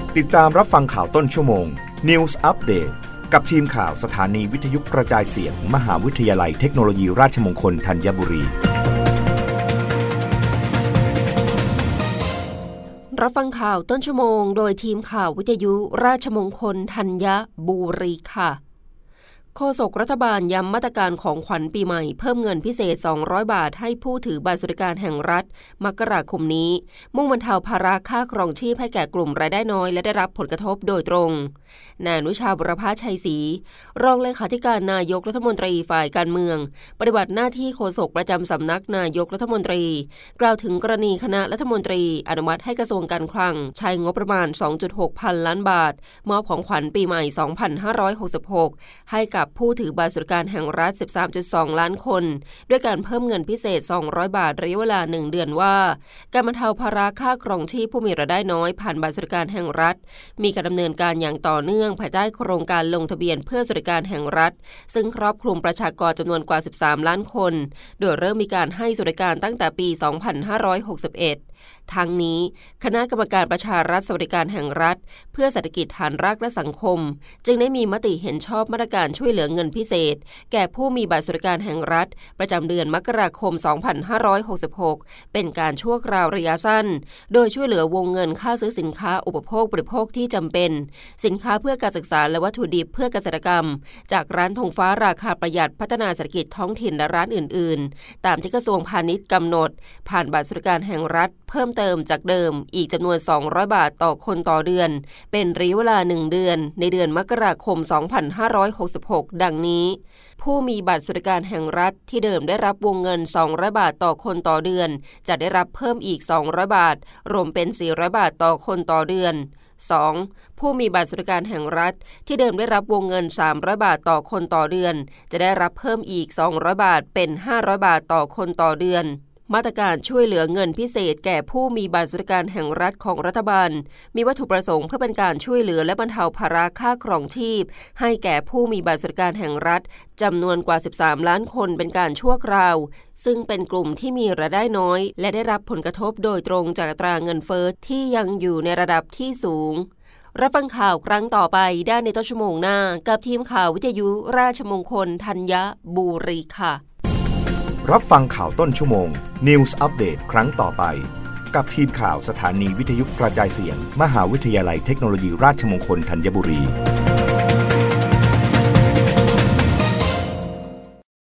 ติดตามรับฟังข่าวต้นชั่วโมง News Update กับทีมข่าวสถานีวิทยุกระจายเสียง มหาวิทยาลัยเทคโนโลยีราชมงคลธัญบุรีรับฟังข่าวต้นชั่วโมงโดยทีมข่าววิทยุราชมงคลธัญบุรีค่ะโฆษกรัฐบาลย้ำมาตรการของขวัญปีใหม่เพิ่มเงินพิเศษ200 บาทให้ผู้ถือบัตรสวัสดิการแห่งรัฐมกราคมนี้มุ่งบรรเทาภาระค่าครองชีพให้แก่กลุ่มรายได้น้อยและได้รับผลกระทบโดยตรงนายอนุชาบุรพชัยศรีรองเลขาธิการนายกรัฐมนตรีฝ่ายการเมืองปฏิบัติหน้าที่โฆษกประจำสำนักนายกรัฐมนตรีกล่าวถึงกรณีคณะรัฐมนตรีอนุมัติให้กระทรวงการคลังใช้งบประมาณ 2.6 พันล้านบาทมอบของขวัญปีใหม่ 2566 ให้กับผู้ถือบัตรสวัสดิการแห่งรัฐ 13.2 ล้านคนด้วยการเพิ่มเงินพิเศษ200 บาทระยะเวลา1 เดือนว่าการบรรเทาภาระค่าครองชีพผู้มีรายได้น้อยผ่านบัตรสวัสดิการแห่งรัฐมีการดำเนินการอย่างต่อเนื่องภายใต้โครงการลงทะเบียนเพื่อสวัสดิการแห่งรัฐซึ่งครอบคลุมประชากรจำนวนกว่า13 ล้านคนโดยเริ่มมีการให้สวัสดิการตั้งแต่ปี 2561ทั้งนี้คณะกรรมการประชารัฐสวัสดิการแห่งรัฐเพื่อเศรษฐกิจฐานรากและสังคมจึงได้มีมติเห็นชอบมาตรการช่วยเหลือเงินพิเศษแก่ผู้มีบัตรสวัสดิการแห่งรัฐประจำเดือนมกราคม 2566 เป็นการชั่วคราวระยะสั้นโดยช่วยเหลือวงเงินค่าซื้อสินค้าอุปโภคบริโภคที่จำเป็นสินค้าเพื่อการศึกษาและวัตถุดิบเพื่อเกษตรกรรมจากร้านธงฟ้าราคาประหยัดพัฒนาเศรษฐกิจท้องถิ่นและร้านอื่นๆตามที่กระทรวงพาณิชย์กำหนดผ่านบัตรสวัสดิการแห่งรัฐเพิ่มเติมจากเดิมอีกจำนวน200 บาทต่อคนต่อเดือนเป็นระยะเวลา1 เดือนในเดือนมกราคม 2566 ดังนี้ผู้มีบัตรสวัสดิการแห่งรัฐที่เดิมได้รับวงเงิน200 บาทต่อคนต่อเดือนจะได้รับเพิ่มอีก200 บาทรวมเป็น400 บาทต่อคนต่อเดือน 2. ผู้มีบัตรสวัสดิการแห่งรัฐที่เดิมได้รับวงเงิน300 บาทต่อคนต่อเดือนจะได้รับเพิ่มอีก200 บาทเป็น500 บาทต่อคนต่อเดือนมาตรการช่วยเหลือเงินพิเศษแก่ผู้มีบัตรสวัสดิการแห่งรัฐของรัฐบาลมีวัตถุประสงค์เพื่อเป็นการช่วยเหลือและบรรเทาภาระค่าครองชีพให้แก่ผู้มีบัตรสวัสดิการแห่งรัฐจำนวนกว่า13 ล้านคนเป็นการชั่วคราวซึ่งเป็นกลุ่มที่มีรายได้น้อยและได้รับผลกระทบโดยตรงจากอัตราเงินเฟ้อที่ยังอยู่ในระดับที่สูงรับฟังข่าวครั้งต่อไปได้ในต้นชั่วโมงหน้ากับทีมข่าววิทยุราชมงคลธัญบุรีค่ะรับฟังข่าวต้นชั่วโมง News Update ครั้งต่อไปกับทีมข่าวสถานีวิทยุกระจายเสียง มหาวิทยาลัยเทคโนโลยีราชมงคลธัญบุรี